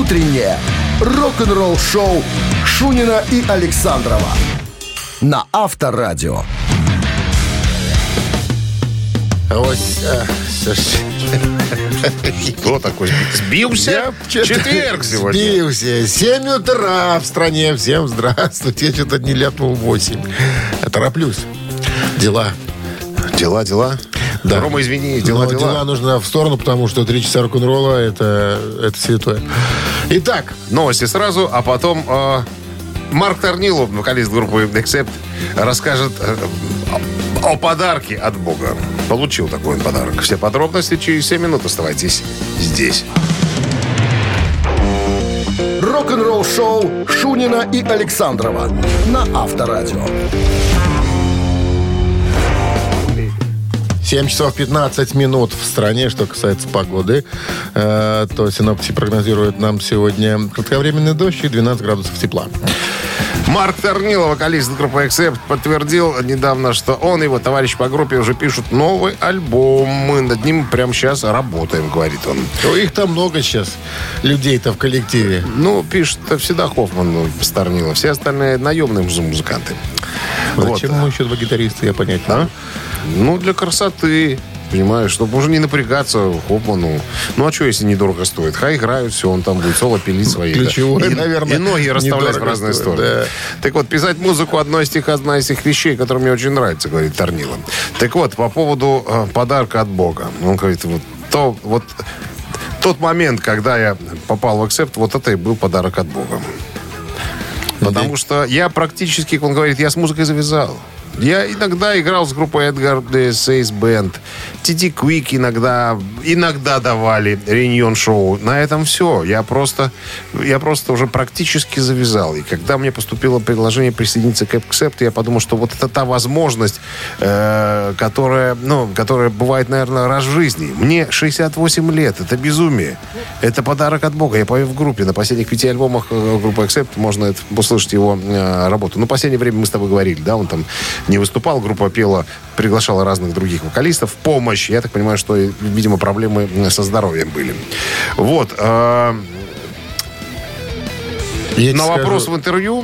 Утреннее рок-н-ролл-шоу Шунина и Александрова на Авторадио. Кто такой? Сбился? Четверг сегодня. Сбился. 7 утра в стране. Всем здравствуйте. Я что-то не ляпнул 8. Тороплюсь. Дела. Дела. Да. Рома, извини, дела. Нужно в сторону, потому что 3 часа рок-н-ролла это святое. Итак. Новости сразу, а потом Марк Торнилов, вокалист группы Accept, расскажет о подарке от Бога. Получил такой он подарок. Все подробности через 7 минут. Оставайтесь здесь. Рок-н-ролл-шоу Шунина и Александрова на Авторадио. 7 часов 15 минут в стране. Что касается погоды, то синоптики прогнозируют нам сегодня кратковременный дождь и 12 градусов тепла. Марк Торнилов, вокалист группы Accept, подтвердил недавно, что он и его товарищ по группе уже пишут новый альбом. Мы над ним прямо сейчас работаем, говорит он. Их там много сейчас, людей-то в коллективе. Ну, пишет всегда Хоффман с Торнилов. Все остальные наемные музыканты. Зачем ему еще два гитариста, я понять не могу. Ну, для красоты. Понимаешь, чтобы уже не напрягаться Хоффману. Ну, а что, если недорого стоит? Хай играют, все, он там будет соло пилить свои. Ключевое, наверное, и ноги расставлять в разные стороны. Да. Так вот, писать музыку одна из тех вещей, которая мне очень нравится, говорит Торнилов. Так вот, по поводу подарка от Бога. Он говорит, тот момент, когда я попал в Accept, вот это и был подарок от Бога. Потому что я практически, он говорит, я с музыкой завязал. Я иногда играл с группой Edgar Says Band. TT Quick иногда давали Reunion шоу. На этом все. Я просто уже практически завязал. И когда мне поступило предложение присоединиться к Accept, я подумал, что вот это та возможность, которая бывает, наверное, раз в жизни. Мне 68 лет. Это безумие. Это подарок от Бога. Я пою в группе. На последних 5 альбомах группы Accept можно услышать его работу. Но в последнее время мы с тобой говорили, да, он там не выступал, группа пела, приглашала разных других вокалистов в помощь. Я так понимаю, что, видимо, проблемы со здоровьем были. Вот. На вопрос в интервью,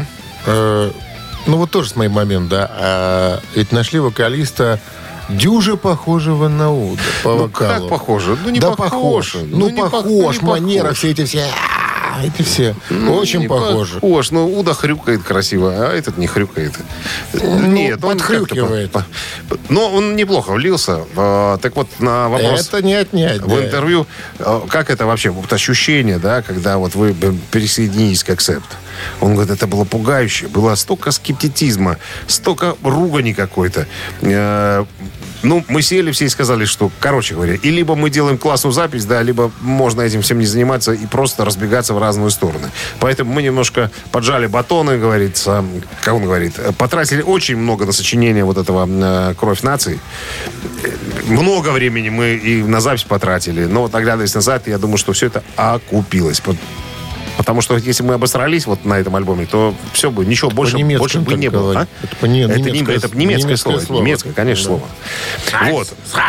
вот тоже с моим момент, да. Ведь нашли вокалиста дюже похожего на Уда по вокалу. Как похоже? Ну, не да похож. Похож, манера, все эти все. Эти все очень похожи. Похож. Уда хрюкает красиво, а этот не хрюкает. Нет, он подхрюкивает. Но он неплохо влился. Так вот, на вопрос... Это не отнять. В интервью, как это вообще, вот ощущение, да, когда вот вы присоединились к Accept? Он говорит, это было пугающе. Было столько скептицизма, столько ругани какой-то. Мы сели все и сказали, что, короче говоря, и либо мы делаем классную запись, да, либо можно этим всем не заниматься и просто разбегаться в разные стороны. Поэтому мы немножко поджали батоны, говорится, как он говорит, потратили очень много на сочинение вот этого «Кровь наций». Много времени мы и на запись потратили, но вот, оглядываясь назад, я думаю, что все это окупилось. Потому что если мы обосрались вот на этом альбоме, то все бы, ничего больше бы не было. А? Это немецкое слово. Немецкое, конечно, слово. Вот.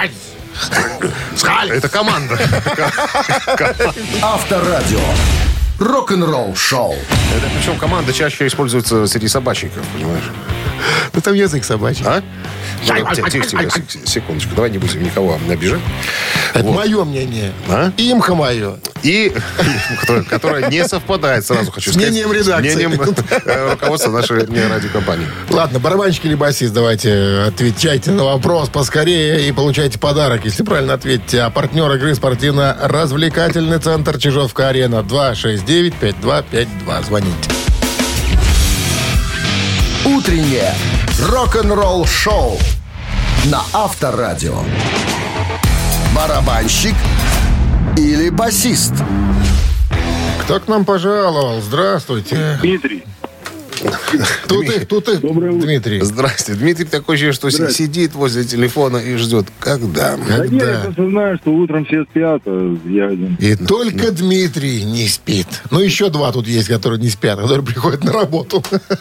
Это команда. Авторадио. Рок-н-ролл шоу. Это причем команда чаще используется среди собачников, понимаешь? Ну там язык собачий. А? Секундочку, давай не будем никого обижать. Это мое мнение. Имха мое. И которое не совпадает, сразу хочу сказать. С мнением редакции. С мнением руководства нашей радиокомпании. Ладно, барабанщик или басист, давайте отвечайте на вопрос поскорее и получайте подарок, если правильно ответите. А партнер игры спортивно-развлекательный центр Чижовка-Арена. 269-5252. Звоните. Утреннее рок-н-ролл шоу на Авторадио. Барабанщик или басист? Кто к нам пожаловал? Здравствуйте. Дмитрий. Тут их, Дмитрий. Здравствуйте. Дмитрий такой же, что сидит возле телефона и ждет. Когда? Да нет, я просто знаю, что утром все спят, а я один. И только Дмитрий не спит. Ну, еще два тут есть, которые не спят, которые приходят на работу.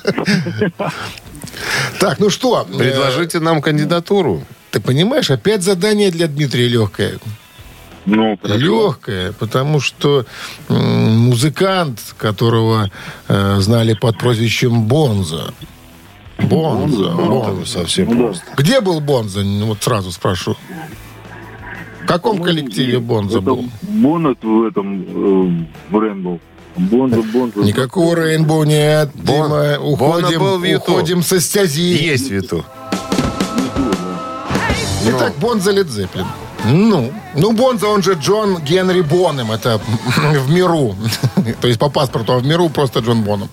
Так, ну что? Предложите нам кандидатуру. Ты понимаешь, опять задание для Дмитрия легкое. Ну, хорошо. Легкое, потому что музыкант, которого знали под прозвищем Бонзо. Бонзо. Это совсем Ну, да. просто. Где был Бонзо? Ну, вот сразу спрошу. В каком коллективе Бонзо Это был? Боннет в этом в Рэмбл. Бонзо. Никакого Рейнбоу нет. Дима, Боно был в Юту. уходим со стези. Есть в Юту. Итак, Бонзо Лед Зеппелин. Ну, Бонзо, он же Джон Генри Бонем. Это в миру. То есть по паспорту, а в миру просто Джон Боном.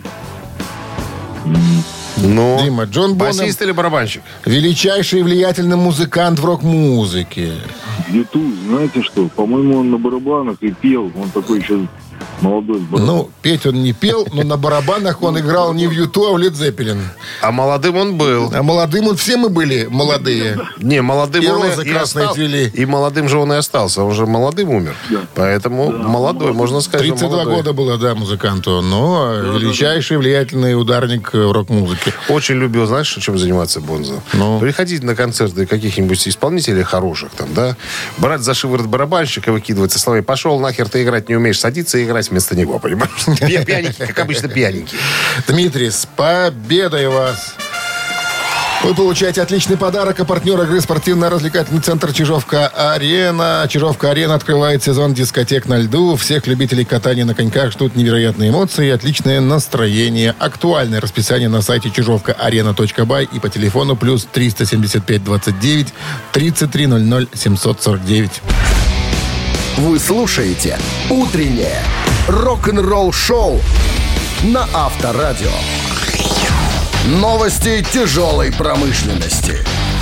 Ну, Дима, Джон Бонем басист или барабанщик? величайший и влиятельный музыкант в рок-музыке. Ютуб, знаете что? По-моему, он на барабанах и пел. Он такой еще молодой. Ну, петь он не пел, но на барабанах он играл не в Юту, а в Лед Зеппелин. А молодым он был. А молодым он, все мы были молодые. Не, молодым И он розы красные остался. цвели. И молодым же он и остался. Он же молодым умер. Поэтому молодой, можно сказать, что 32 молодой. года было, да, музыканту, но величайший влиятельный ударник в рок-музыке. Очень любил, знаешь, чем заниматься Бонзо? Ну? Приходить на концерты каких-нибудь исполнителей хороших там, да? Брать за шиворот барабанщика, выкидывать со словами: пошел нахер, ты играть не умеешь, садиться и играть вместо него, понимаешь? Пьяненький, как обычно, пьяненький. Дмитрий, с победой вас! Вы получаете отличный подарок. А партнер игры спортивно-развлекательный центр «Чижовка-Арена». «Чижовка-Арена» открывает сезон дискотек на льду. Всех любителей катания на коньках ждут невероятные эмоции и отличное настроение. Актуальное расписание на сайте чижовка-арена.бай и по телефону плюс 375 29 33 00 749. Вы слушаете «Утреннее рок-н-ролл-шоу» на Авторадио. Новости тяжелой промышленности.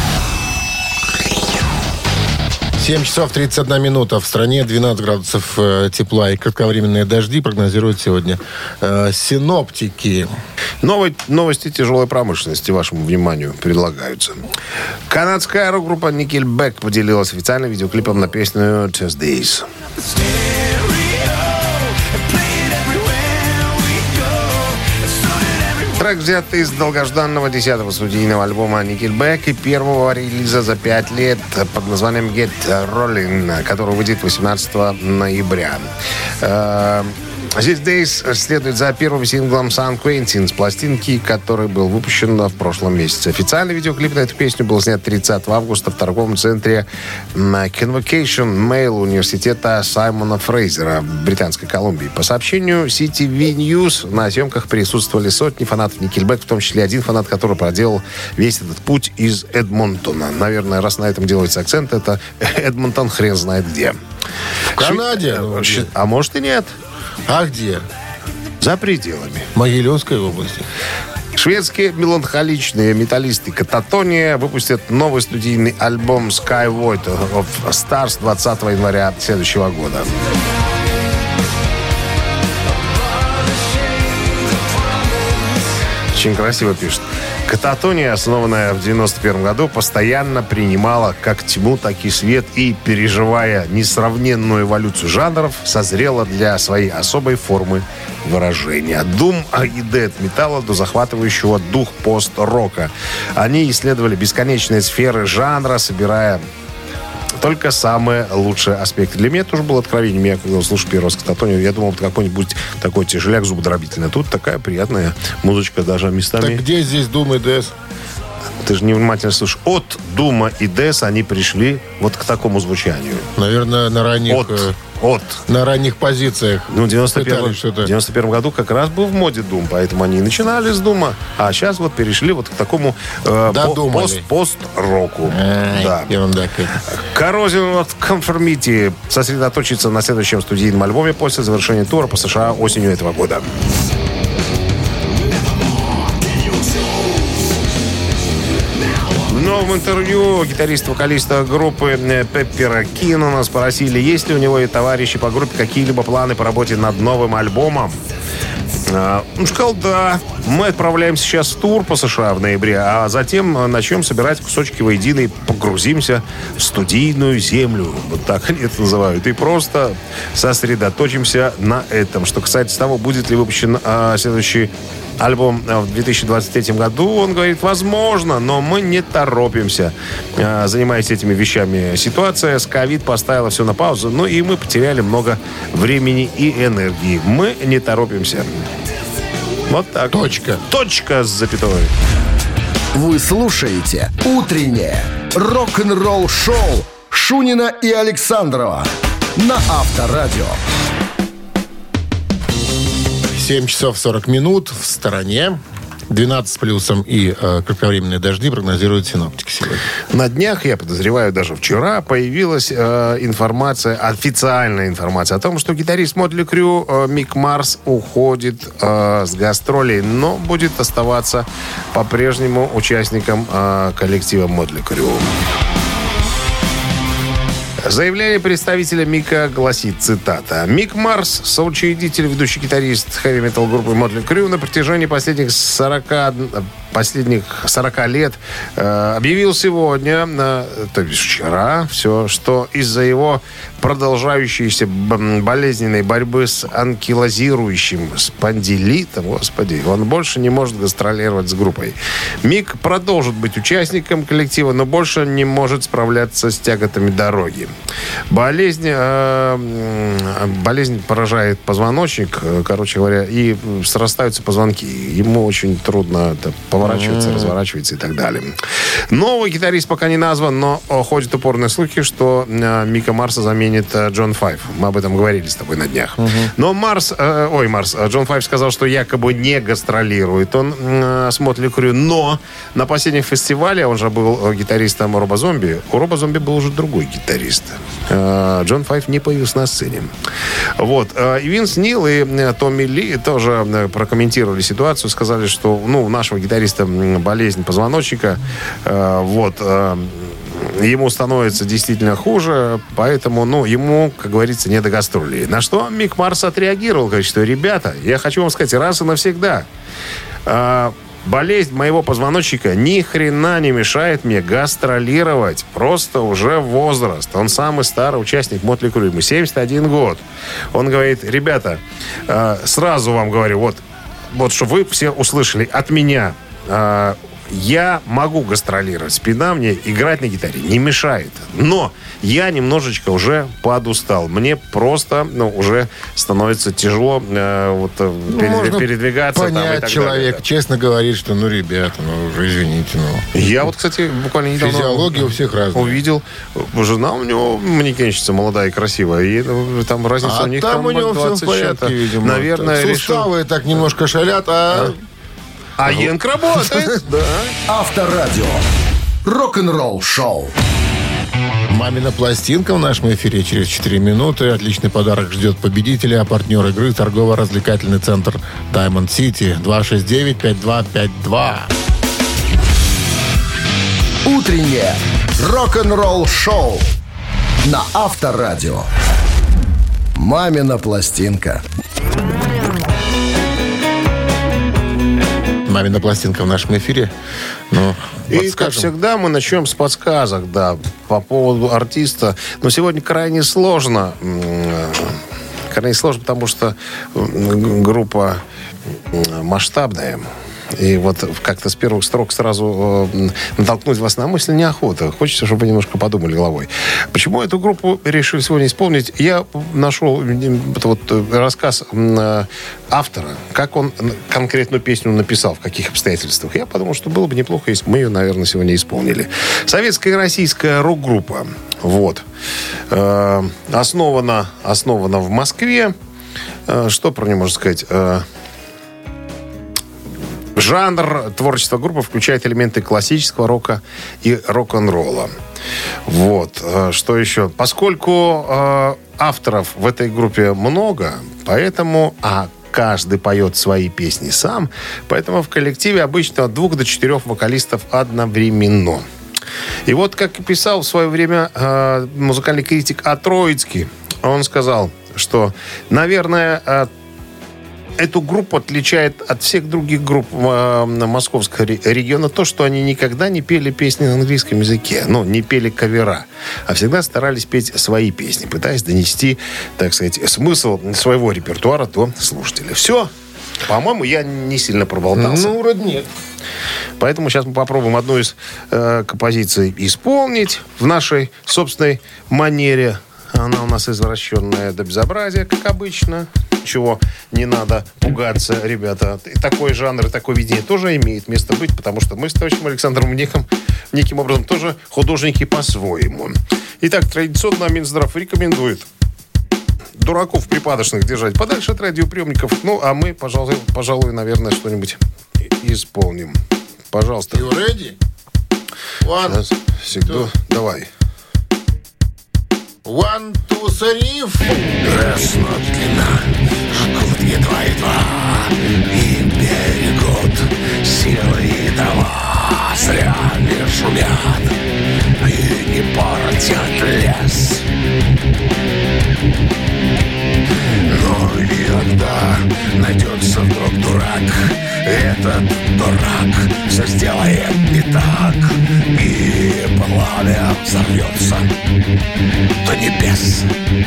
7 часов 31 минута. В стране 12 градусов тепла и кратковременные дожди прогнозируют сегодня синоптики. Новости тяжелой промышленности вашему вниманию предлагаются. Канадская рок-группа Nickelback поделилась официальным видеоклипом на песню «Just Days». Трек взят из долгожданного 10-го студийного альбома Nickelback и первого релиза за 5 лет под названием Get Rollin', который выйдет 18 ноября. Здесь Days следует за первым синглом San Quentin с пластинки, который был выпущен в прошлом месяце. Официальный видеоклип на эту песню был снят 30 августа в торговом центре Convocation Mail университета Саймона Фрейзера в Британской Колумбии. По сообщению CTV News, на съемках присутствовали сотни фанатов Nickelback, в том числе один фанат, который проделал весь этот путь из Эдмонтона. Наверное, раз на этом делается акцент, это Эдмонтон хрен знает где. В Канаде? А может и нет. А где? За пределами. Могилевской области. Шведские меланхоличные металлисты Кататония выпустят новый студийный альбом Skyward of Stars 20 января следующего года. Очень красиво пишет. Кататония, основанная в 91 году, постоянно принимала как тьму, так и свет и, переживая несравненную эволюцию жанров, созрела для своей особой формы выражения. Doom и Death металла до захватывающего дух пост-рока. Они исследовали бесконечные сферы жанра, собирая только самые лучшие аспекты. Для меня тоже было откровением. Я когда услышал первый раз Кататонию, я думал, какой-нибудь такой тяжеляк зубодробительный. Тут такая приятная музычка даже местами. Так где здесь Doom и Death? Ты же невнимательно слушаешь. От Дума и Death они пришли вот к такому звучанию. Наверное, на ранних позициях. Ну, в Пытались что-то. 91 году как раз был в моде Doom, поэтому они и начинали с Дума, а сейчас вот перешли вот к такому пост-року. Да. Ерунда какая-то. Corrosion of Conformity сосредоточится на следующем студийном альбоме после завершения тура по США осенью этого года. В новом интервью гитариста-вокалиста группы Пеппера Киннона спросили, есть ли у него и товарищи по группе какие-либо планы по работе над новым альбомом. Он сказал, да, мы отправляемся сейчас в тур по США в ноябре, а затем начнем собирать кусочки воедино и погрузимся в студийную землю. Вот так они это называют. И просто сосредоточимся на этом. Что касается того, будет ли выпущен следующий альбом в 2023 году. Он говорит, возможно, но мы не торопимся, занимаясь этими вещами. Ситуация с ковид поставила все на паузу, ну и мы потеряли много времени и энергии. Мы не торопимся. Вот так. Точка с запятой. Вы слушаете «Утреннее рок-н-ролл-шоу» Шунина и Александрова на Авторадио. 7 часов 40 минут в стороне. 12 с плюсом и кратковременные дожди прогнозируют синоптики сегодня. На днях, я подозреваю, даже вчера появилась информация, официальная информация о том, что гитарист Мотли Крю Мик Марс уходит с гастролей, но будет оставаться по-прежнему участником коллектива Мотли Крю. Заявление представителя Мика гласит, цитата: «Мик Марс, соучредитель, ведущий гитарист хэви-метал группы Мотли Крю, на протяжении последних 40 лет объявил сегодня, то есть вчера, что из-за его продолжающейся болезненной борьбы с анкилозирующим спондилитом, господи, он больше не может гастролировать с группой. Мик продолжит быть участником коллектива, но больше не может справляться с тяготами дороги. Болезнь поражает позвоночник, короче говоря, и срастаются позвонки. Ему очень трудно поворачиваться, разворачиваться и так далее. Новый гитарист пока не назван, но ходят упорные слухи, что Мика Марса заменит Джон Файв. Мы об этом говорили с тобой на днях. Но Джон Файв сказал, что якобы не гастролирует он с Мотли Крю, но на последнем фестивале, он же был гитаристом Роба Зомби, у Роба Зомби был уже другой гитарист. Джон Файв не появился на сцене. Вот. И Винс Нил и Томми Ли тоже прокомментировали ситуацию, сказали, что у нашего гитариста болезнь позвоночника, ему становится действительно хуже, поэтому, ему, как говорится, не до гастролей. На что Мик Марс отреагировал, говорит, что, ребята, я хочу вам сказать раз и навсегда, болезнь моего позвоночника ни хрена не мешает мне гастролировать. Просто уже возраст. Он самый старый участник Мотли Крю. Ему 71 год. Он говорит, ребята, сразу вам говорю, вот чтобы вы все услышали от меня, я могу гастролировать. Спина мне играть на гитаре не мешает. Но я немножечко уже подустал. Мне просто уже становится тяжело передвигаться. Понять, человек честно говорит, что, ребята, уже извините. Я кстати, буквально недавно... Физиология у всех разная. Увидел. Жена у него манекенщица молодая и красивая. И там разница у них там у него 20 все в порядке, видимо. Наверное, суставы так немножко шалят, А Енк работает. Да. Авторадио. Рок-н-ролл шоу. «Мамина пластинка» в нашем эфире через 4 минуты. Отличный подарок ждет победителя. А партнер игры — торгово-развлекательный центр Diamond City. 269-5252. Утреннее рок-н-ролл шоу на Авторадио. «Мамина пластинка». «Мамина пластинка» в нашем эфире. И, как всегда, мы начнем с подсказок, по поводу артиста. Но сегодня крайне сложно. Потому что группа масштабная. И как-то с первых строк сразу натолкнуть вас на мысль неохота. Хочется, чтобы вы немножко подумали головой. Почему эту группу решили сегодня исполнить? Я нашел рассказ автора, как он конкретную песню написал, в каких обстоятельствах. Я подумал, что было бы неплохо, если бы мы ее, наверное, сегодня исполнили. Советская и российская рок-группа. Основана в Москве. Что про нее можно сказать? Жанр творчества группы включает элементы классического рока и рок-н-ролла. Что еще? Поскольку авторов в этой группе много, поэтому... каждый поет свои песни сам, поэтому в коллективе обычно от 2 до 4 вокалистов одновременно. И как писал в свое время музыкальный критик Троицкий, он сказал, что, наверное, эту группу отличает от всех других групп московского региона то, что они никогда не пели песни на английском языке. Не пели кавера, а всегда старались петь свои песни, пытаясь донести, так сказать, смысл своего репертуара до слушателя. Все. По-моему, я не сильно проболтался. Ну, вроде нет. Поэтому сейчас мы попробуем одну из композиций исполнить в нашей собственной манере. Она у нас извращенная до безобразия, как обычно. Чего не надо пугаться, ребята. И такой жанр, и такое видение тоже имеет место быть, потому что мы с товарищем Александром неким образом тоже художники по-своему. Итак, традиционно Минздрав рекомендует дураков припадочных держать подальше от радиоприемников. Ну, а мы, пожалуй, наверное, что-нибудь исполним. Пожалуйста. You ready? One, сейчас, всегда. Давай. 1, 2, 3. Краснот длина, жгут едва-едва, и берегут силы и дова. Зря не шумят, и не портят лес. Но иногда найдется вдруг дурак. Этот дурак все сделает не так, и пламя взорвется до небес.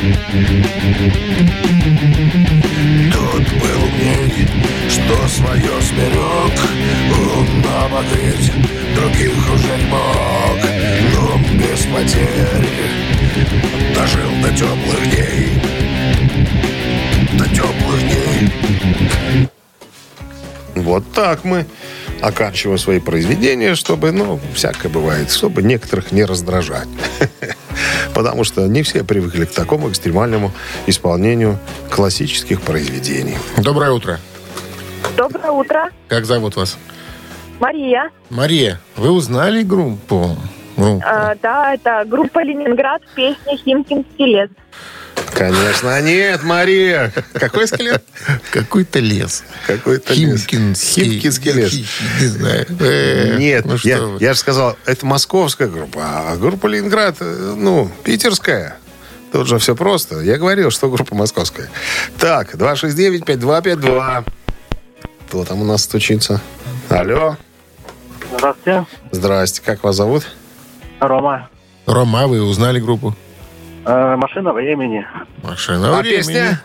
Тут был день, что свое сберег, он обогреть других уже не мог, но без потерь дожил до теплых дней. До теплых дней. Вот так мы оканчиваем свои произведения, чтобы, всякое бывает, чтобы некоторых не раздражать. Потому что не все привыкли к такому экстремальному исполнению классических произведений. Доброе утро. Доброе утро. Как зовут вас? Мария. Мария, вы узнали группу? Да, это группа «Ленинград», песня «Химкинский лес». Конечно, нет, Мария. Какой скелет? Какой-то лес. Какой-то лес. Химкинский лес. Не знаю. Нет, ну я же сказал, это московская группа, а группа «Ленинград», питерская. Тут же все просто. Я говорил, что группа московская. Так, 269-5252. Кто там у нас стучится? Алло. Здравствуйте. Здрасте. Как вас зовут? Рома. Рома, вы узнали группу? «Машина времени». «Машина времени». Песня?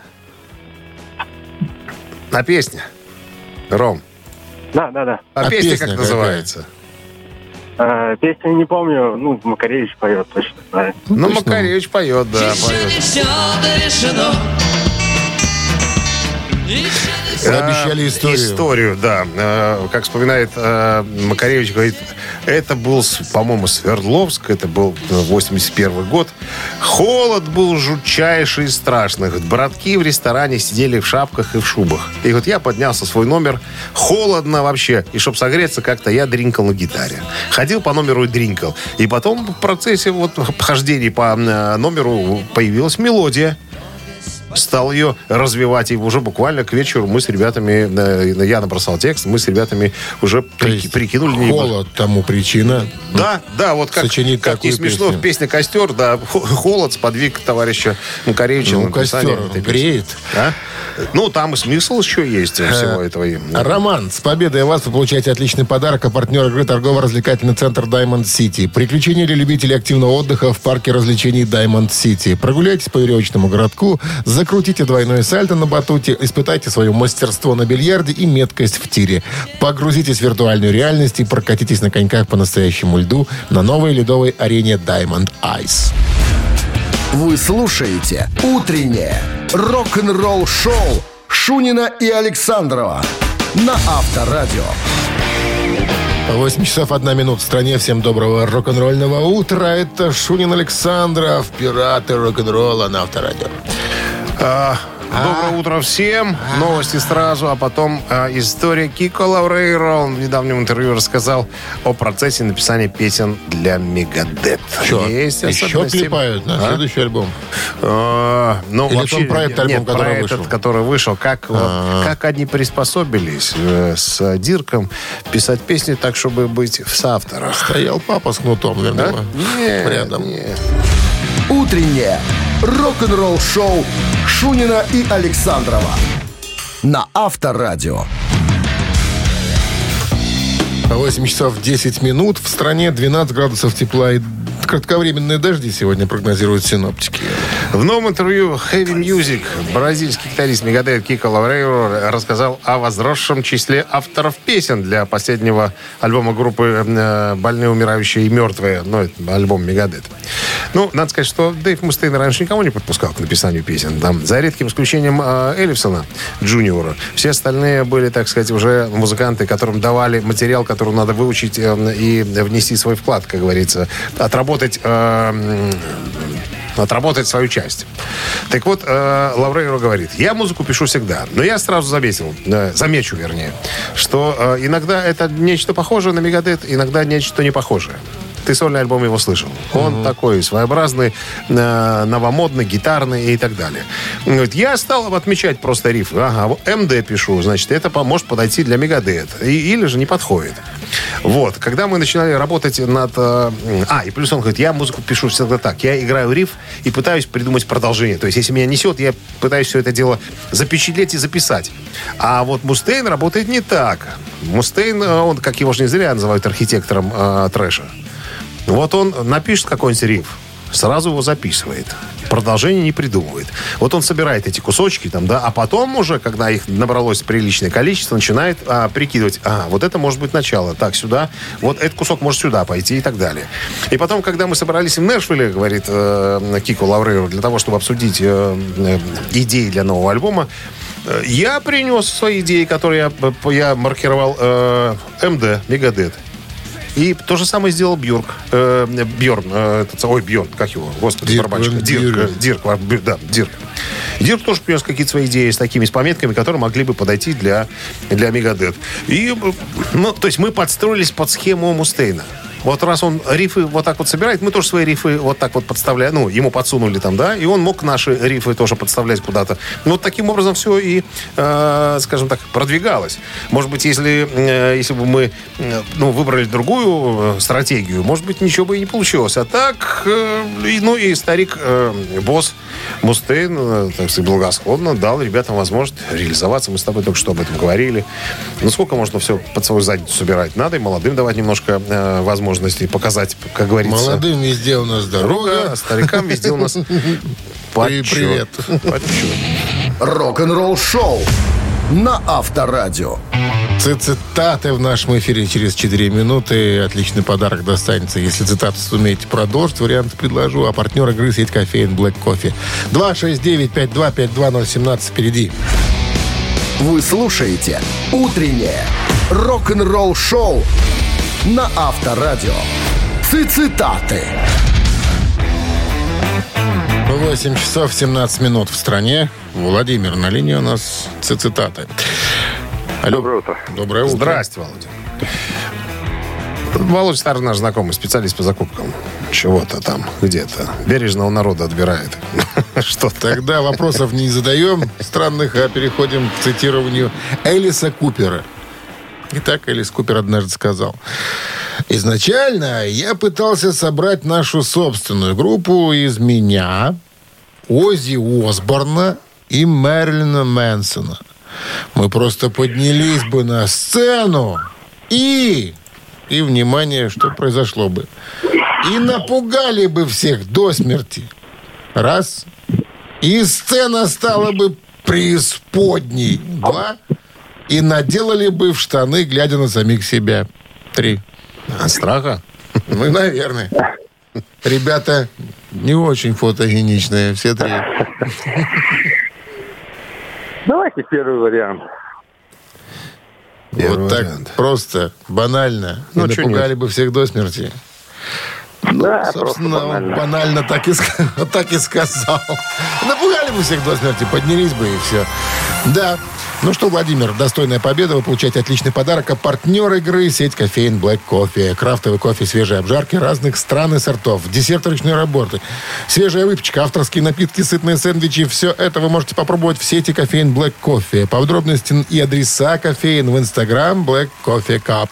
А песня? Ром. Да. А песня как песня называется? Песню не помню. Макаревич поет, точно знаю. Точно. Макаревич поет, да, поет. Обещали историю. Да. Как вспоминает Макаревич, говорит, это был, по-моему, Свердловск, это был 81 год. Холод был жутчайший и страшный. Братки в ресторане сидели в шапках и в шубах. И вот я поднялся в свой номер. Холодно вообще. И чтобы согреться как-то, я дринкал на гитаре. Ходил по номеру и дринкал. И потом в процессе хождения по номеру появилась мелодия. Стал ее развивать, и уже буквально к вечеру мы с ребятами, я набросал текст, мы с ребятами уже прикинули. Холод тому причина. Да, вот как не смешно в песне «Костер», да, холод сподвиг товарища Макаревича. Костер греет. А? Там и смысл еще есть всего этого. Роман, с победой вас вы получаете отличный подарок. А партнер игры торгово-развлекательный центр Diamond City. Приключения для любителей активного отдыха в парке развлечений Diamond City. Прогуляйтесь по веревочному городку, закрутите двойное сальто на батуте, испытайте свое мастерство на бильярде и меткость в тире. Погрузитесь в виртуальную реальность и прокатитесь на коньках по настоящему льду на новой ледовой арене Diamond Ice. Вы слушаете «Утреннее рок-н-ролл-шоу» Шунина и Александрова на Авторадио. 8 часов 1 минута в стране. Всем доброго рок-н-ролльного утра. Это Шунин Александров, пираты рок-н-ролла на Авторадио. Доброе утро всем. Новости сразу, а потом история Кико Лаврейро. Он в недавнем интервью рассказал о процессе написания песен для Мегадет. Есть еще клепают на следующий альбом? Или вообще, про этот альбом, который вышел? Который вышел. Как они приспособились с Дирком писать песни так, чтобы быть в соавторах. Стоял папа с кнутом, верно? Рядом. Утреннее рок-н-ролл-шоу Шунина и Александрова на Авторадио. 8 часов 10 минут. В стране 12 градусов тепла и кратковременные дожди сегодня прогнозируют синоптики. В новом интервью Heavy Music бразильский гитарист Megadeth Кико Лаврейро рассказал о возросшем числе авторов песен для последнего альбома группы «Больные, умирающие и мертвые». Ну, это альбом Megadeth. Ну, надо сказать, что Дэйв Мустейн раньше никого не подпускал к написанию песен. Там, за редким исключением Эллифсона Джуниора, все остальные были, так сказать, уже музыканты, которым давали материал, который надо выучить и внести свой вклад, как говорится, отработать свою часть. Так вот, Лаврейро говорит, я музыку пишу всегда, но я сразу замечу, что иногда это нечто похожее на Megadeth, иногда нечто не похожее. Ты сольный альбом его слышал. Он такой своеобразный, новомодный, гитарный и так далее. Говорит, я стал отмечать просто рифы. Ага, МД пишу, значит, это может подойти для Megadeth. Или же не подходит. Вот. Когда мы начинали работать над... и плюс он говорит, я музыку пишу всегда так. Я играю риф и пытаюсь придумать продолжение. То есть, если меня несет, я пытаюсь все это дело запечатлеть и записать. А вот Мустейн работает не так. Мустейн, он, как его же не зря называют архитектором трэша. Вот он напишет какой-нибудь риф, сразу его записывает. Продолжение не придумывает. Вот он собирает эти кусочки, а потом уже, когда их набралось приличное количество, начинает прикидывать, вот это может быть начало, так, сюда, вот этот кусок может сюда пойти и так далее. И потом, когда мы собрались в Нэшвилле, говорит Кико Лаврейро, для того, чтобы обсудить идеи для нового альбома, я принес свои идеи, которые я маркировал МД, Megadeth. И то же самое сделал Бьорн. Бьорн, как его? Господи, барабанщик. Дирк. Дирк тоже принес какие-то свои идеи с такими пометками, которые могли бы подойти для Megadeth. И, то есть мы подстроились под схему Мустейна. Вот раз он рифы вот так вот собирает, мы тоже свои рифы вот так вот подставляем. Ему подсунули и он мог наши рифы тоже подставлять куда-то. Вот таким образом все и, скажем так, продвигалось. Может быть, если бы мы выбрали другую стратегию, может быть, ничего бы и не получилось. А так, и старик, босс Мустейн, так сказать, благосклонно дал ребятам возможность реализоваться. Мы с тобой только что об этом говорили. Сколько можно все под свою задницу собирать? Надо и молодым давать немножко возможности показать, как говорится. Молодым везде у нас дорога, а старикам везде у нас привет. Рок-н-ролл шоу на Авторадио. Цитаты в нашем эфире через 4 минуты. Отличный подарок достанется, если цитату сумеете продолжить. Варианты предложу. А партнер игры — сеть кофеин Black Coffee. 269-5252-017 впереди. Вы слушаете «Утреннее рок-н-ролл шоу» на Авторадио. Цитаты. 8 часов 17 минут в стране. Владимир на линии у нас цитаты. Алло. Доброе утро. Доброе утро. Здрасте, Володя. Володя старый наш знакомый, специалист по закупкам чего-то там, где-то. Бережного народа отбирает. Что Тогда вопросов не задаем странных, а переходим к цитированию Элиса Купера. Итак, Элис Купер однажды сказал: изначально я пытался собрать нашу собственную группу из меня, Оззи Осборна и Мэрилина Мэнсона. Мы просто поднялись бы на сцену и, внимание, что произошло бы? И напугали бы всех до смерти. Раз. И сцена стала бы преисподней. Два. И наделали бы в штаны, глядя на самих себя. 3. От страха? Наверное. Ребята не очень фотогеничные, все 3. Давайте первый вариант. Вот так просто, банально. И напугали бы всех до смерти. Да, собственно, просто он банально так и сказал. Напугали бы всех до смерти, поднялись бы и все. Да. Ну что, Владимир, достойная победа. Вы получаете отличный подарок. А партнер игры — сеть кофеин Black Coffee. Крафтовый кофе свежей обжарки разных стран и сортов. Десерт ручной работы. Свежая выпечка, авторские напитки, сытные сэндвичи. Все это вы можете попробовать в сети кофеин Black Coffee. Подробности и адреса кофеин в Instagram Black Coffee Cup.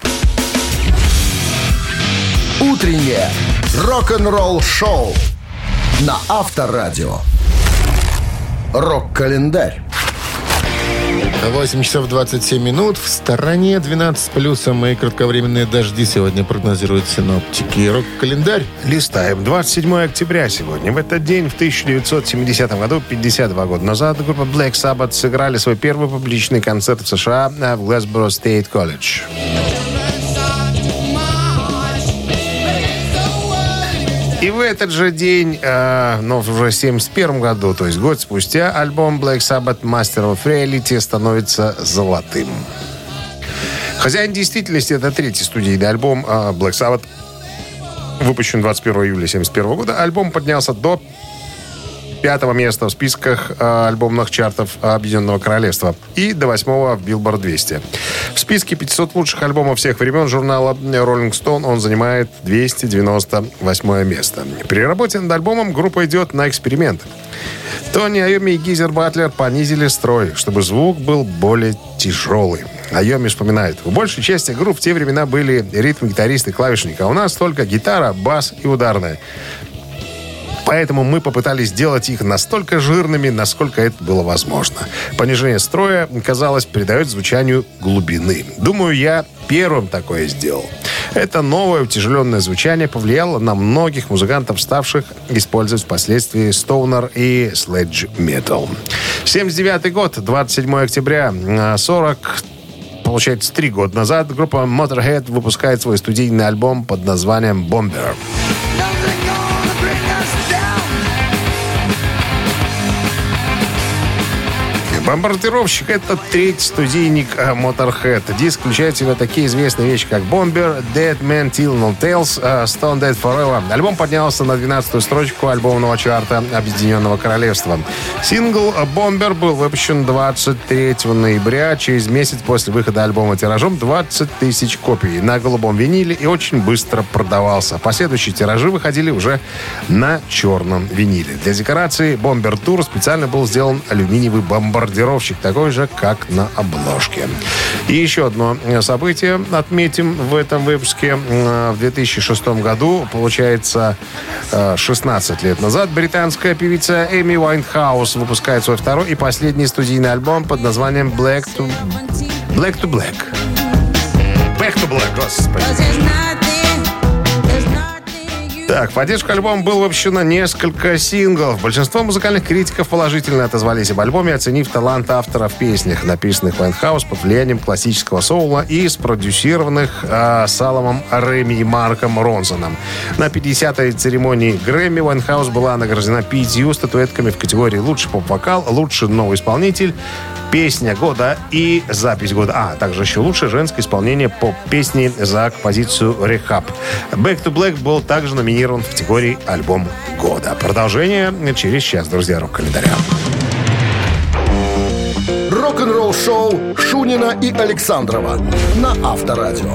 Утреннее рок-н-ролл шоу на Авторадио. Рок-календарь. 8 часов 27 минут. В стороне 12 с плюсом и кратковременные дожди сегодня прогнозируют синоптики. Рок-календарь. Листаем. 27 октября сегодня. В этот день, в 1970 году, 52 года назад, группа Black Sabbath сыграли свой первый публичный концерт в США в Глазборо State College. И в этот же день, но уже в 1971 году, то есть год спустя, альбом Black Sabbath Master of Reality становится золотым. «Хозяин действительности» — это третий студийный альбом Black Sabbath, выпущен 21 июля 1971 года. Альбом поднялся до 5-го места в списках альбомных чартов Объединенного Королевства и до 8-го в Billboard 200. В списке 500 лучших альбомов всех времен журнала Rolling Stone он занимает 298 место. При работе над альбомом группа идет на эксперимент. Тони Айоми и Гизер Батлер понизили строй, чтобы звук был более тяжелый. Айоми вспоминает: в большей части групп в те времена были ритм-гитарист и клавишник, а у нас только гитара, бас и ударная. Поэтому мы попытались сделать их настолько жирными, насколько это было возможно. Понижение строя, казалось, придает звучанию глубины. Думаю, я первым такое сделал. Это новое утяжеленное звучание повлияло на многих музыкантов, ставших использовать впоследствии стоунер и следж метал. 79 год, 27 октября, 3 года назад, группа Motorhead выпускает свой студийный альбом под названием «Bomber». «Бомбардировщик» — это третий студийник Motorhead. Диск включает в себя такие известные вещи, как «Bomber», «Dead Man Tell No Tales», «Stone Dead Forever». Альбом поднялся на 12-ю строчку альбомного чарта Объединенного Королевства. Сингл «Bomber» был выпущен 23 ноября, через месяц после выхода альбома, тиражом 20 тысяч копий на голубом виниле, и очень быстро продавался. Последующие тиражи выходили уже на черном виниле. Для декорации «Bomber Tour» специально был сделан алюминиевый бомбардировщик, такой же, как на обложке. И еще одно событие отметим в этом выпуске. В 2006 году, получается, 16 лет назад, британская певица Эми Уайнхаус выпускает свой второй и последний студийный альбом под названием Black to Black. Back to Black, господи. Так, в поддержку альбома было выпущено несколько синглов. Большинство музыкальных критиков положительно отозвались об альбоме, оценив талант автора в песнях, написанных Уайнхаус под влиянием классического соула и спродюсированных Саломом Рэми и Марком Ронсоном. На 50-й церемонии Грэмми Уайнхаус была награждена 5 статуэтками в категории «Лучший поп-вокал», «Лучший новый исполнитель», «Песня года» и «Запись года». А также еще лучшее женское исполнение поп-песни за композицию «Rehab». «Back to Black» был также номинирован в категории «Альбом года». Продолжение через час, друзья, рок-календаря. Рок-н-ролл шоу Шунина и Александрова на Авторадио.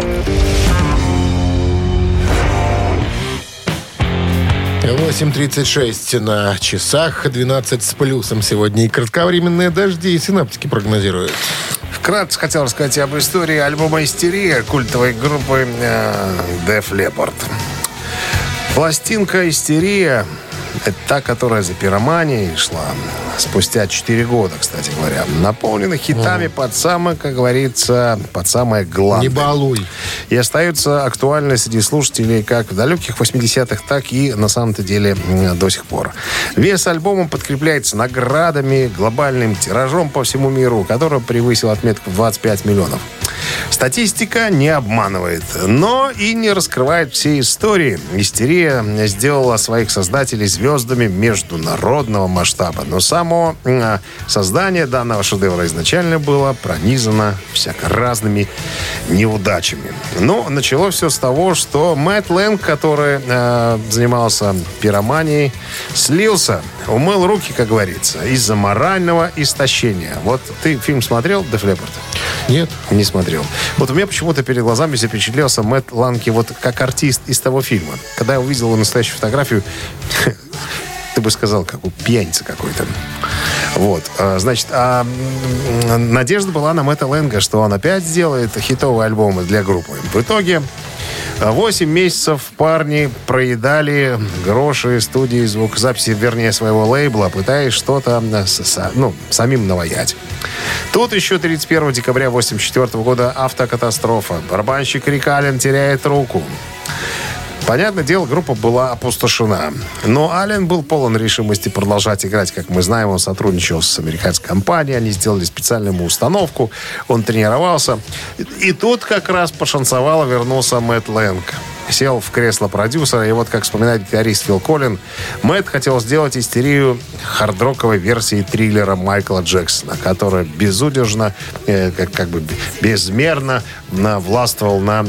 8:36 на часах, 12 с плюсом сегодня. И кратковременные дожди синоптики прогнозируют. Вкратце хотел рассказать об истории альбома «Истерия» культовой группы Def Leppard. Пластинка «Истерия» — это та, которая за пироманией шла спустя 4 года, кстати говоря. Наполнена хитами под самое, как говорится, под самое главное. Не балуй. И остается актуальной среди слушателей как в далеких 80-х, так и на самом-то деле до сих пор. Вес альбома подкрепляется наградами, глобальным тиражом по всему миру, который превысил отметку в 25 миллионов. Статистика не обманывает, но и не раскрывает все истории. «Истерия» сделала своих создателей звездами международного масштаба. Но само создание данного шедевра изначально было пронизано всяко разными неудачами. Но началось все с того, что Мэтт Лэнг, который занимался пироманией, слился, умыл руки, как говорится, из-за морального истощения. Вот ты фильм смотрел, Def Leppard? Нет. Не смотрел. Вот у меня почему-то перед глазами запечатлелся Мэтт Ланки вот как артист из того фильма. Когда я увидел его настоящую фотографию, ты бы сказал, как у пьяницы какой-то. Вот. Значит, надежда была на Мэтта Лэнга, что он опять сделает хитовые альбомы для группы. В итоге 8 месяцев парни проедали гроши студии звукозаписи, вернее, своего лейбла, пытаясь что-то самим наваять. Тут еще 31 декабря 1984 года автокатастрофа. Барабанщик Рик Аллен теряет руку. Понятное дело, группа была опустошена. Но Аллен был полон решимости продолжать играть. Как мы знаем, он сотрудничал с американской компанией. Они сделали специальную ему установку. Он тренировался. И тут как раз пошансовало, вернулся Мэтт Лэнг. Сел в кресло продюсера. И вот, как вспоминает гитарист Фил Коллин, Мэтт хотел сделать истерию хард-роковой версии триллера Майкла Джексона, которая безудержно, безмерно властвовал на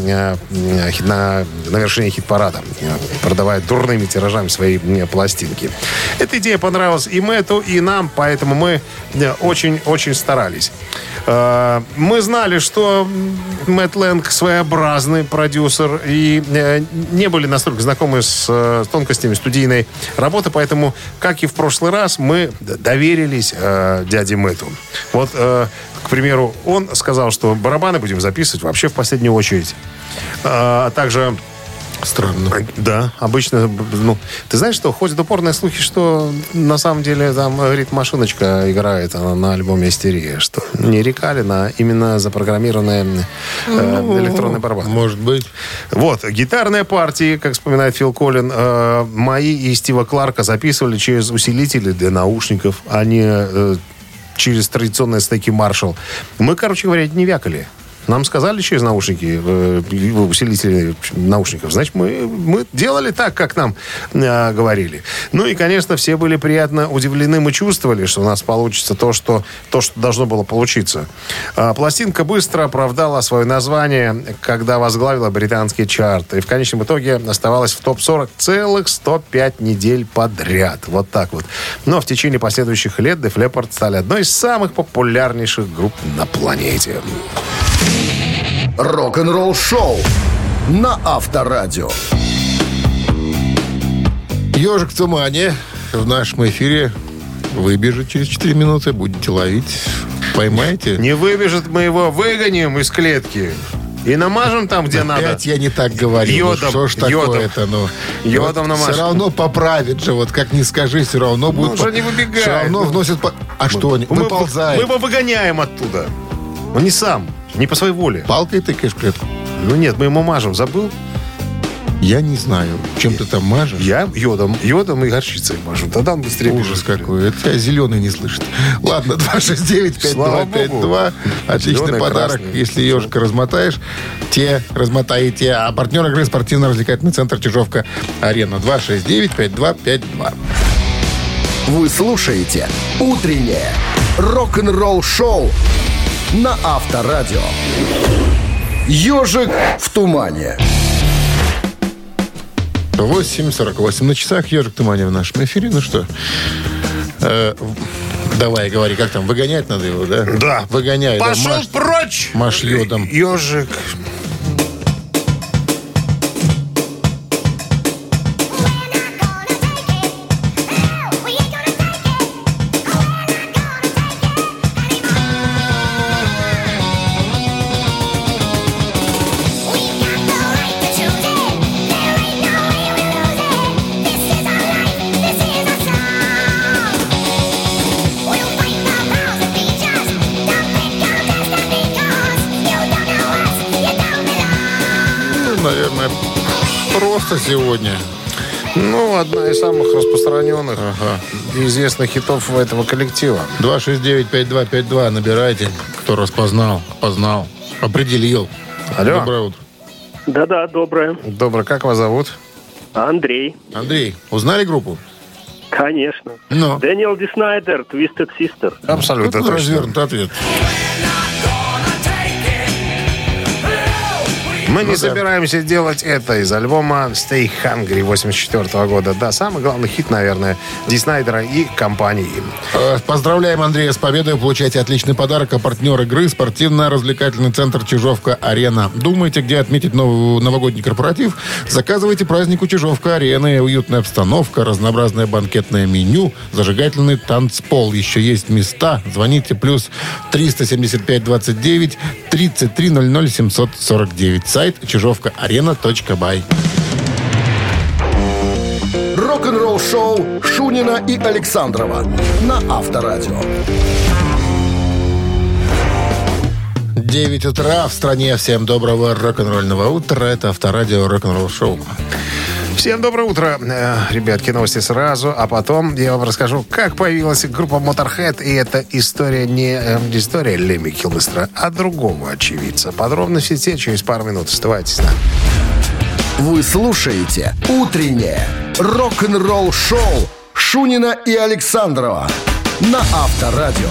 вершине хит-парада, продавая дурными тиражами свои пластинки. Эта идея понравилась и Мэтту, и нам, поэтому мы очень-очень старались. Мы знали, что Мэтт Лэнг своеобразный продюсер и не были настолько знакомы с тонкостями студийной работы, поэтому, как и в прошлый раз, мы доверились дяде Мэтту. Вот, к примеру, он сказал, что барабаны будем записывать вообще в последнюю очередь. А также... Странно. Да, обычно, ты знаешь, что ходят упорные слухи, что на самом деле там ритм-машиночка играет на альбоме «Истерия», что не Рик Аллен, а именно запрограммированные электронные барабаны. Может быть. Вот, гитарные партии, как вспоминает Фил Коллин, мои и Стива Кларка записывали через усилители для наушников, а не через традиционные стеки Marshall. Мы, короче говоря, не вякали. Нам сказали через наушники, усилители наушников. Значит, мы делали так, как нам говорили. Ну и, конечно, все были приятно удивлены. Мы чувствовали, что у нас получится то, что должно было получиться. Пластинка быстро оправдала свое название, когда возглавила британские чарты. И в конечном итоге оставалась в топ-40 целых 105 недель подряд. Вот так вот. Но в течение последующих лет Def Leppard стали одной из самых популярнейших групп на планете. Рок-н-ролл шоу на Авторадио. «Ежик в тумане» в нашем эфире выбежит через 4 минуты. Будете ловить. Поймаете? Не выбежит, мы его выгоним из клетки. И намажем там, где надо. Опять я не так говорил. Йодом. Что ж такое-то? Йодом намажем. Все равно поправит же. Вот как ни скажи, все равно будет... уже не выбегает. Все равно вносит... А что? Выползает. Мы его выгоняем оттуда. Он не сам. Не по своей воле. Палкой тыкаешь клетку? Ну нет, мы ему мажем. Забыл? Я не знаю. Чем ты там мажешь? Я йодом и горчицей мажу. Тогда он быстрее Ужас бежит. какой. Это тебя зеленый не слышит. Ладно, 269-5252. Отличный Зеленый, подарок. красный. Если ежика размотаешь, те размотаете. А партнер игры спортивно-развлекательный центр Чижовка-Арена. 269-5252. Вы слушаете «Утреннее рок-н-ролл-шоу» на Авторадио. «Ежик в тумане». 8:48 на часах. «Ежик в тумане» в нашем эфире. Ну что, давай, говори, как там, выгонять надо его, да? Да. Выгоняй. Пошел да, прочь! Маш йодом. Ежик. Наверное, просто сегодня. Ну, одна из самых распространенных и известных хитов этого коллектива. 269-5252 набирайте. Кто распознал, познал, определил. Алло. Доброе утро. Да-да, доброе. Добрый, как вас зовут? Андрей. Андрей, узнали группу? Конечно. Но. Дэниел Ди Снайдер, Twisted Sister. Абсолютно Тут точно. развернутый ответ. Мы не собираемся делать это из альбома Stay Hungry 84 года. Да, самый главный хит, наверное, Ди Снайдера и компании. Поздравляем Андрея с победой. Получайте отличный подарок. А партнер игры — спортивно-развлекательный центр Чижовка-Арена. Думаете, где отметить новогодний корпоратив? Заказывайте праздник у Чижовка-Арены. Уютная обстановка, разнообразное банкетное меню, зажигательный танцпол. Еще есть места. Звоните +375 29 33 00 749. Сайт чижовка-арена.бай. Рок-н-ролл-шоу Шунина и Александрова на Авторадио. 9 утра в стране. Всем доброго рок-н-ролльного утра. Это Авторадио рок-н-ролл-шоу. Всем доброе утро, ребятки, новости сразу, а потом я вам расскажу, как появилась группа Motorhead, и это история не история Лемми Килмистера, а другого очевидца. Подробности все через пару минут. Оставайтесь с нами. Вы слушаете «Утреннее рок-н-ролл-шоу» Шунина и Александрова на Авторадио.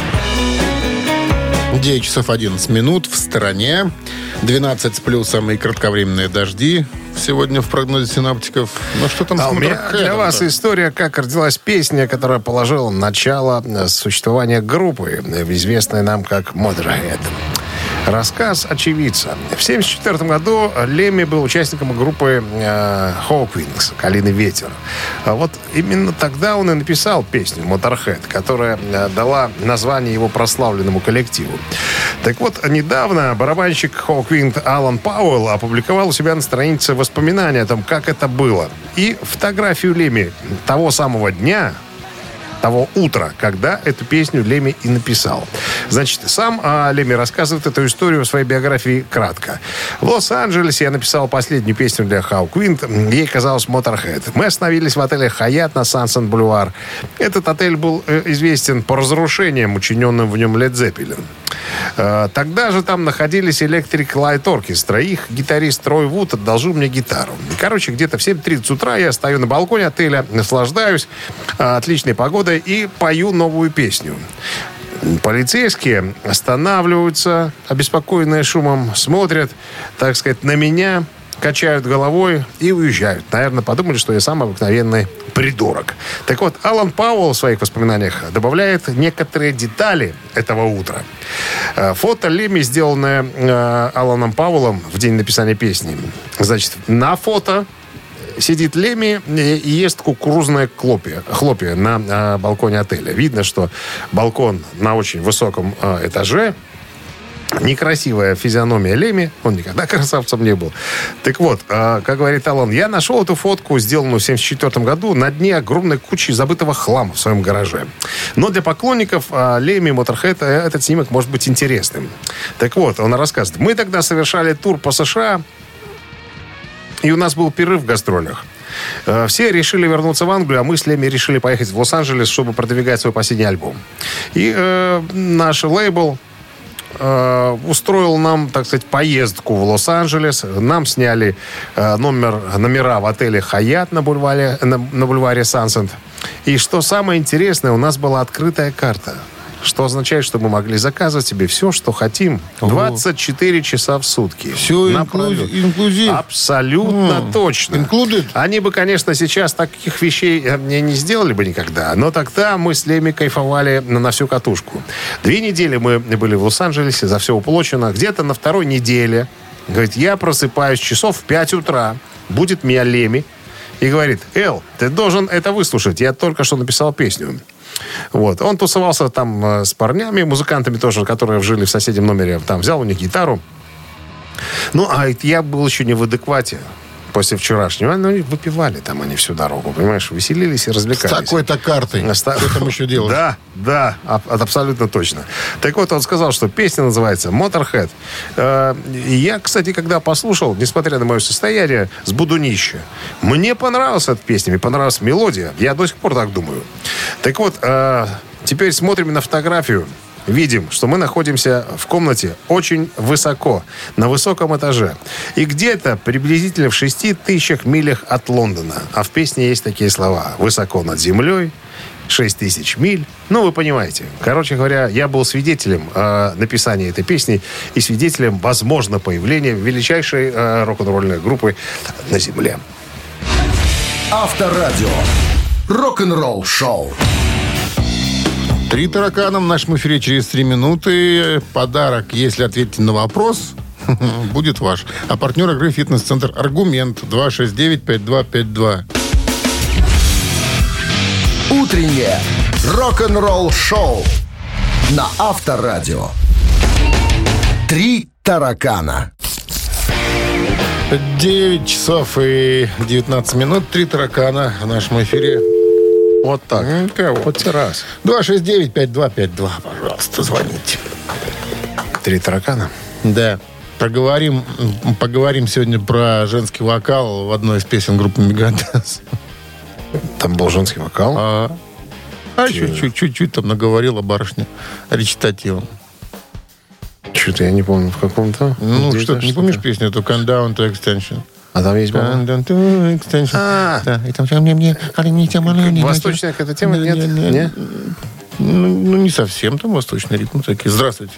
9 часов 11 минут в стороне. 12 с плюсом и кратковременные дожди сегодня в прогнозе синоптиков. Ну что там с у меня для вас история, как родилась песня, которая положила начало существования группы, известной нам как Motorhead. Рассказ очевидца. В 1974 году Лемми был участником группы Hawkwind «Калийный ветер». А вот именно тогда он и написал песню Motorhead, которая дала название его прославленному коллективу. Так вот, недавно барабанщик Hawkwind Алан Пауэлл опубликовал у себя на странице воспоминания о том, как это было. И фотографию Лемми того самого дня, того утра, когда эту песню Лемми и написал. Значит, сам Лемми рассказывает эту историю в своей биографии кратко. В Лос-Анджелесе я написал последнюю песню для Hawkwind. Ей казалось Motorhead. Мы остановились в отеле «Хаят» на Сансет-Бульвар. Этот отель был известен по разрушениям, учиненным в нем Led Zeppelin. Тогда же там находились Electric Light Orchestra. Их гитарист Рой Вуд одолжил мне гитару. Короче, где-то в 7:30 утра я стою на балконе отеля, наслаждаюсь отличной погодой и пою новую песню. Полицейские останавливаются, обеспокоенные шумом, смотрят, так сказать, на меня, качают головой и уезжают. Наверное, подумали, что я самый обыкновенный придурок. Так вот, Алан Пауэлл в своих воспоминаниях добавляет некоторые детали этого утра. Фото Лемми, сделанное Аланом Пауэллом в день написания песни. Значит, на фото сидит Лемми и ест кукурузное хлопья на балконе отеля. Видно, что балкон на очень высоком этаже. Некрасивая физиономия Лемми. Он никогда красавцем не был. Так вот, как говорит Алан, я нашел эту фотку, сделанную в 1974 году, на дне огромной кучи забытого хлама в своем гараже. Но для поклонников Лемми, Motorhead, этот снимок может быть интересным. Так вот, он рассказывает. Мы тогда совершали тур по США, и у нас был перерыв в гастролях. Все решили вернуться в Англию, а мы с Лемми решили поехать в Лос-Анджелес, чтобы продвигать свой последний альбом. И наш лейбл устроил нам, так сказать, поездку в Лос-Анджелес. Нам сняли номера в отеле «Хаят» на бульваре Сансет. И что самое интересное, у нас была открытая карта. Что означает, что мы могли заказывать себе все, что хотим. 24 часа в сутки. Все инклюзив. Абсолютно точно. Included. Они бы, конечно, сейчас таких вещей не сделали бы никогда. Но тогда мы с Лемми кайфовали на всю катушку. 2 недели мы были в Лос-Анджелесе, за все уплачено. Где-то на 2-й неделе, говорит, я просыпаюсь часов в 5 утра. Будет меня Лемми. И говорит, Эл, ты должен это выслушать. Я только что написал песню. Вот. Он тусовался там с парнями, музыкантами тоже, которые жили в соседнем номере. Там взял у них гитару. Ну, а я был еще не в адеквате после вчерашнего. Ну, выпивали там они всю дорогу, понимаешь, веселились и развлекались. С такой-то картой. Что там еще делать? Да, абсолютно точно. Так вот, он сказал, что песня называется «Motorhead». И я, кстати, когда послушал, несмотря на мое состояние, с будунища, мне понравилась эта песня, мне понравилась мелодия. Я до сих пор так думаю. Так вот, теперь смотрим на фотографию. Видим, что мы находимся в комнате очень высоко, на высоком этаже. И где-то приблизительно в 6000 милях от Лондона. А в песне есть такие слова. Высоко над землей, 6000 миль. Ну, вы понимаете. Короче говоря, я был свидетелем написания этой песни и свидетелем, возможно, появления величайшей рок-н-ролльной группы на земле. Авторадио. Рок-н-ролл шоу. 3 таракана в нашем эфире через 3 минуты. Подарок, если ответите на вопрос, будет ваш. А партнер игры «Фитнес-центр Аргумент» 269-5252. Утреннее рок-н-ролл шоу на Авторадио. 3 таракана. 9 часов и 19 минут. 3 таракана в нашем эфире. Вот так. Хоть раз. 269-5252. Пожалуйста, звоните. 3 таракана? Да. Поговорим сегодня про женский вокал в одной из песен группы Мегадес. Там был женский вокал? Чуть-чуть там наговорила барышня речитативом. Что-то я не помню, в каком-то. Ну, что ты не помнишь песню эту «Count Down to Extension»? А там есть «Count Down to Extension». Да, и там мне восточная какая-то тема? Нет? Ну, не совсем там восточный ритм. Такие. Здравствуйте.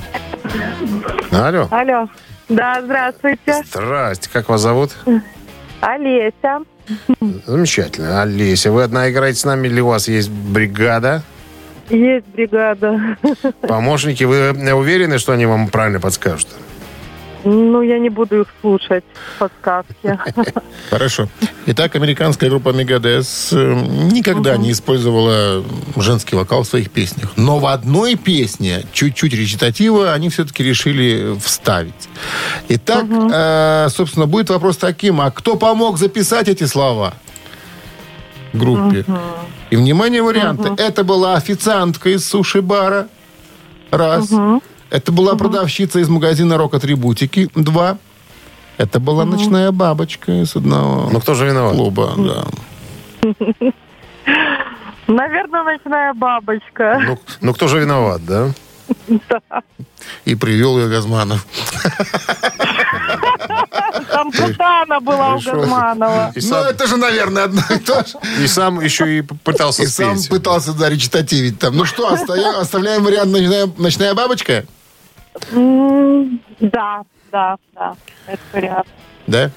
Алло. Алло. Да, здравствуйте. Здрасте. Как вас зовут? Олеся. Замечательно. Олеся, вы одна играете с нами или у вас есть бригада? Есть бригада. Помощники, вы уверены, что они вам правильно подскажут? Ну, я не буду их слушать, подсказки. Хорошо. Итак, американская группа Мегадес никогда не использовала женский вокал в своих песнях. Но в одной песне, чуть-чуть речитатива, они все-таки решили вставить. Итак, собственно, будет вопрос таким. А кто помог записать эти слова группе? И, внимание, варианты. Это была официантка из суши-бара. Раз. Это была продавщица из магазина «Рок-атрибутики». 2. Это была ночная бабочка из одного Ну, кто же виноват? клуба. Да. Наверное, ночная бабочка. Ну, кто же виноват, да? И привел ее Газманов. Там Путана была у Газманова. И Ну, сам, это же, наверное, одно и то же. и сам еще и пытался И сам спеть. пытался, да, речитативить там. Ну что, оставляем вариант «Ночная бабочка»? Да. Это вариант. Да.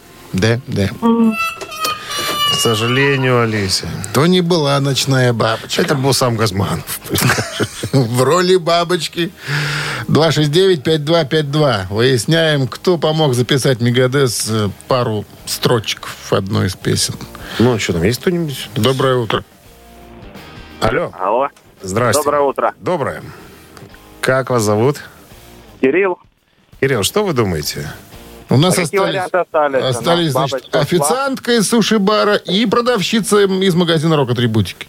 К сожалению, Олеся. То не была ночная бабочка. Это был сам Газманов. В роли бабочки. 269-5252. Выясняем, кто помог записать Мегадес пару строчек в одной из песен. Ну, что там, есть кто-нибудь? Доброе утро. Алло. Алло. Здрасте. Доброе утро. Доброе. Как вас зовут? Кирилл. Кирилл, что вы думаете? У нас Какие варианты остались? остались, значит, Бабочка, официантка из суши-бара и продавщица из магазина «Рок-атрибутики».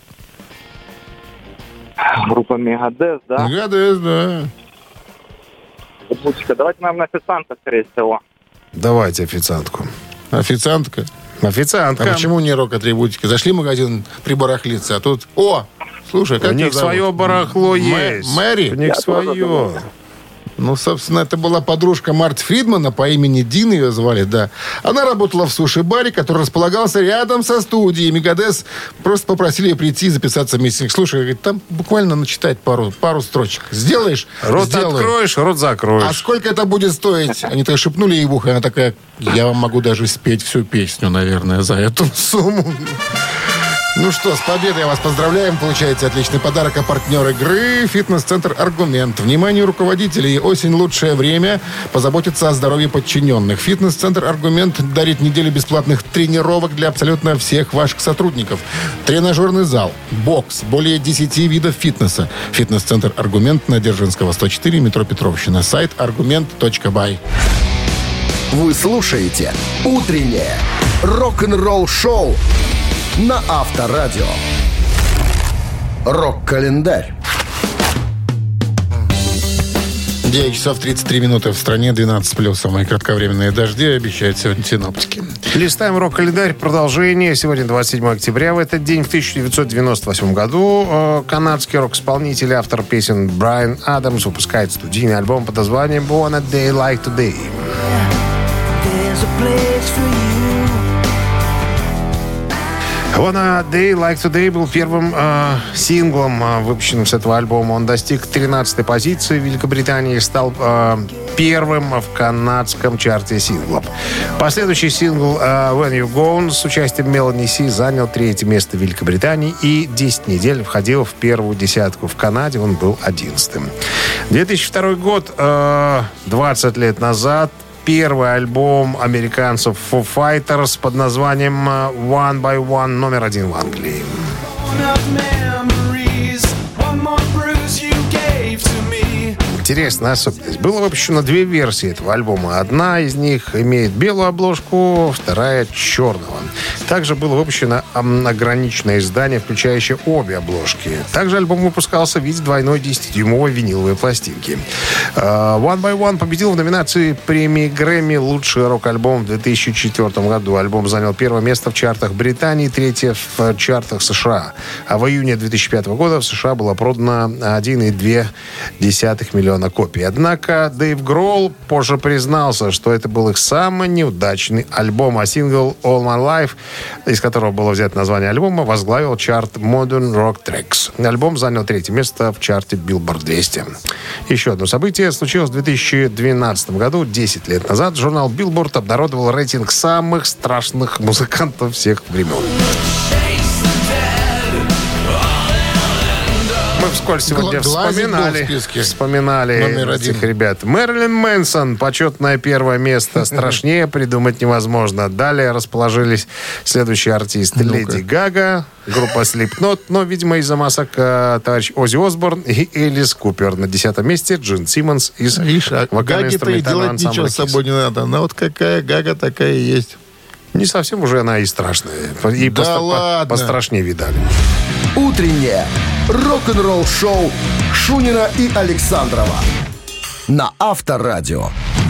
Группа Мегадес, да? Мегадес, да. Атрибутика. Давайте, наверное, официанта, скорее всего. Давайте официантку. Официантка. Официантка. А почему не «Рок-атрибутики»? Зашли в магазин прибарахлиться, а тут... О! Слушай, как У них тебя зовут? свое барахло есть. Мэри? У них свое. Ну, собственно, это была подружка Марти Фридмана, по имени Дин ее звали, да. Она работала в суши-баре, который располагался рядом со студией. Мегадес просто попросили ее прийти и записаться вместе. Слушай, говорит, там буквально начитать пару строчек. Сделаешь? Рот Сделаю. откроешь, рот закроешь. А сколько это будет стоить? Они так шепнули ей в ухо, она такая, я вам могу даже спеть всю песню, наверное, за эту сумму. Ну что, с победой вас поздравляем. Получаете отличный подарок, а партнер игры «Фитнес-центр Аргумент». Внимание руководителей, осень – лучшее время позаботиться о здоровье подчиненных. «Фитнес-центр Аргумент» дарит неделю бесплатных тренировок для абсолютно всех ваших сотрудников. Тренажерный зал, бокс, более 10 видов фитнеса. «Фитнес-центр Аргумент» на Дзержинского, 104, метро Петровщина. Сайт argument.by. Вы слушаете «Утреннее рок-н-ролл-шоу» на Авторадио. Рок-календарь. 9 часов 33 минуты в стране, 12 плюсом. И кратковременные дожди обещают сегодня синоптики. Листаем рок-календарь. Продолжение. Сегодня 27 октября. В этот день, в 1998 году, канадский рок-исполнитель, автор песен Брайан Адамс выпускает студийный альбом под названием «On a Day Like Today». «On a Day Like Today» был первым синглом, выпущенным с этого альбома. Он достиг 13-й позиции в Великобритании и стал первым в канадском чарте синглов. Последующий сингл «When You Gone» с участием Мелани Си занял 3-е место в Великобритании и 10 недель входил в первую десятку. В Канаде он был 11-м. 2002 год, 20 лет назад, первый альбом американцев Foo Fighters под названием «One by One», номер 1 в Англии. интересная особенность. Было выпущено 2 версии этого альбома. Одна из них имеет белую обложку, вторая черного. Также было выпущено ограниченное издание, включающее обе обложки. Также альбом выпускался в виде двойной 10-дюймовой виниловой пластинки. One by One победил в номинации премии Грэмми «Лучший рок-альбом» в 2004 году. Альбом занял 1 место в чартах Британии, 3 в чартах США. А в июне 2005 года в США было продано 1,2 миллиона копий. Однако Дэйв Гроул позже признался, что это был их самый неудачный альбом, а сингл «All My Life», из которого было взято название альбома, возглавил чарт Modern Rock Tracks. Альбом занял 3 место в чарте Billboard 200. Еще одно событие случилось в 2012 году. 10 лет назад журнал Billboard обнародовал рейтинг самых страшных музыкантов всех времен. Мы вскользь сегодня вспоминали этих ребят. Мэрилин Мэнсон, почетное 1 место. Страшнее придумать невозможно. Далее расположились следующие артисты. Леди Гага, группа Slipknot, но, видимо, из-за масок товарищ Оззи Осборн и Элис Купер. На 10 месте Джин Симмонс из вокально-инструментального ансамбля ничего с собой не надо. Она вот какая Гага, такая и есть. Не совсем уже она и страшная. И пострашнее видали. Утреннее рок-н-ролл-шоу Шунина и Александрова на Авторадио.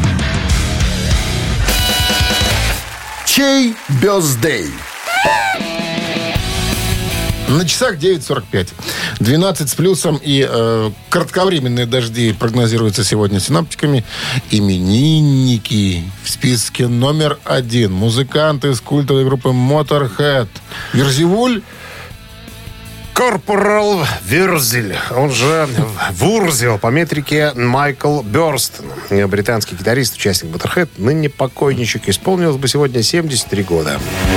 Чей бёздей? На часах 9:45. 12 с плюсом и кратковременные дожди прогнозируются сегодня синоптиками. Именинники в списке номер 1. Музыканты из культовой группы Motorhead. Верзивуль. Корпорал Вюрзель, он же Вурзел, по метрике Майкл Бёрстон. Британский гитарист, участник Motorhead, ныне покойничек. Исполнилось бы сегодня 73 года.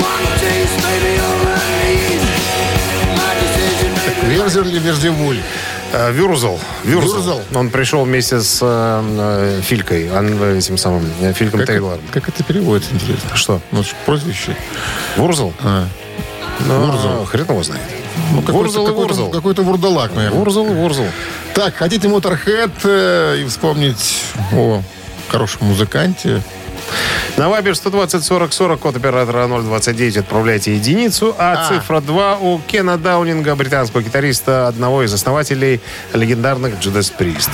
Верзель или Верзивуль? Вюрзел. Он пришел вместе с Филькой, этим самым Фильком Тейлором. Как это переводится, интересно? Что? Ну, прозвище. Вурзел? Вурзел. Хрен его знает. Вурзел. Какой-то вурдалак, наверное. Вурзел. Так, хотите Motorhead и вспомнить о хорошем музыканте? На Вайбер 120 40 40, код оператора 029, отправляйте единицу, а цифра 2 у Кена Даунинга, британского гитариста, одного из основателей легендарных Judas Priest.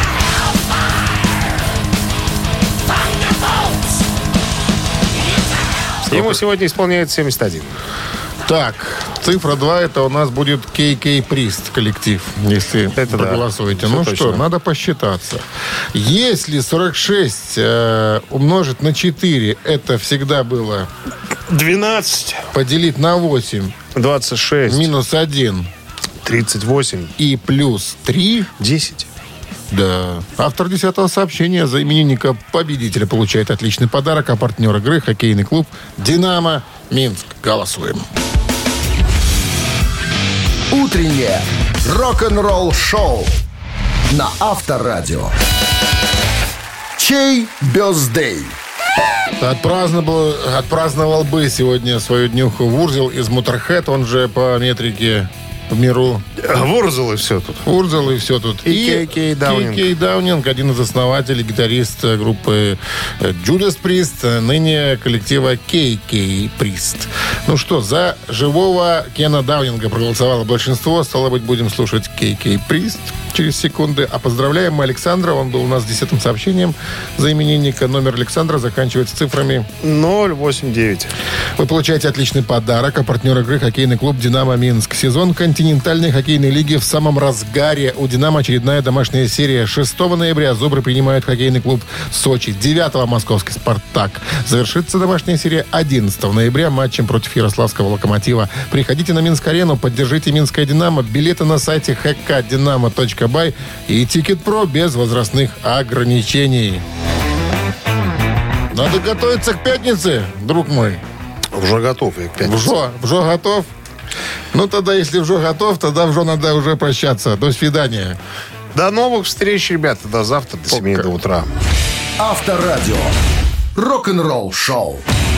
Ему сегодня исполняется 71. Так, цифра 2 это у нас будет KK Priest коллектив, если это проголосуете. Да. Ну Все что, точно. надо посчитаться. Если 46 умножить на 4, это всегда было 12. Поделить на 8. 26. Минус 1. 38. И плюс 3. 10. Да. Автор 10-го сообщения за именинника победителя получает отличный подарок, а партнер игры — хоккейный клуб «Динамо» Минск. Голосуем. Утреннее рок-н-ролл-шоу на Авторадио. Чей бёздей? Отпраздновал бы сегодня свою днюху Вурзел из Motorhead, он же по метрике в миру. Вурзел и все тут. Вурзел и все тут. И Кей Даунинг. Кей Даунинг, один из основателей, гитарист группы Judas Priest, ныне коллектива KK Priest. Ну что, за живого Кена Даунинга проголосовало большинство. Стало быть, будем слушать KK Priest через секунды. А поздравляем мы Александра. Он был у нас с 10-м сообщением за именинника. Номер Александра заканчивается цифрами 089. Вы получаете отличный подарок. А партнер игры — хоккейный клуб «Динамо Минск». Сезон континентальной хоккейной лиги в самом разгаре. У «Динамо» очередная домашняя серия. 6 ноября «Зубры» принимают хоккейный клуб «Сочи». 9-го московский «Спартак». Завершится домашняя серия 11 ноября матчем против ярославского «Локомотива». Приходите на Минск-арену, поддержите «Минское Динамо». Билеты на сайте hkdinamo.by и Тикет.Про без возрастных ограничений. Надо готовиться к пятнице, друг мой. Уже готов я к пятнице. Вжо готов? Ну, тогда, если вжо готов, тогда вжо надо уже прощаться. До свидания. До новых встреч, ребята. До завтра, до 7 до утра. Авторадио. Рок-н-ролл шоу.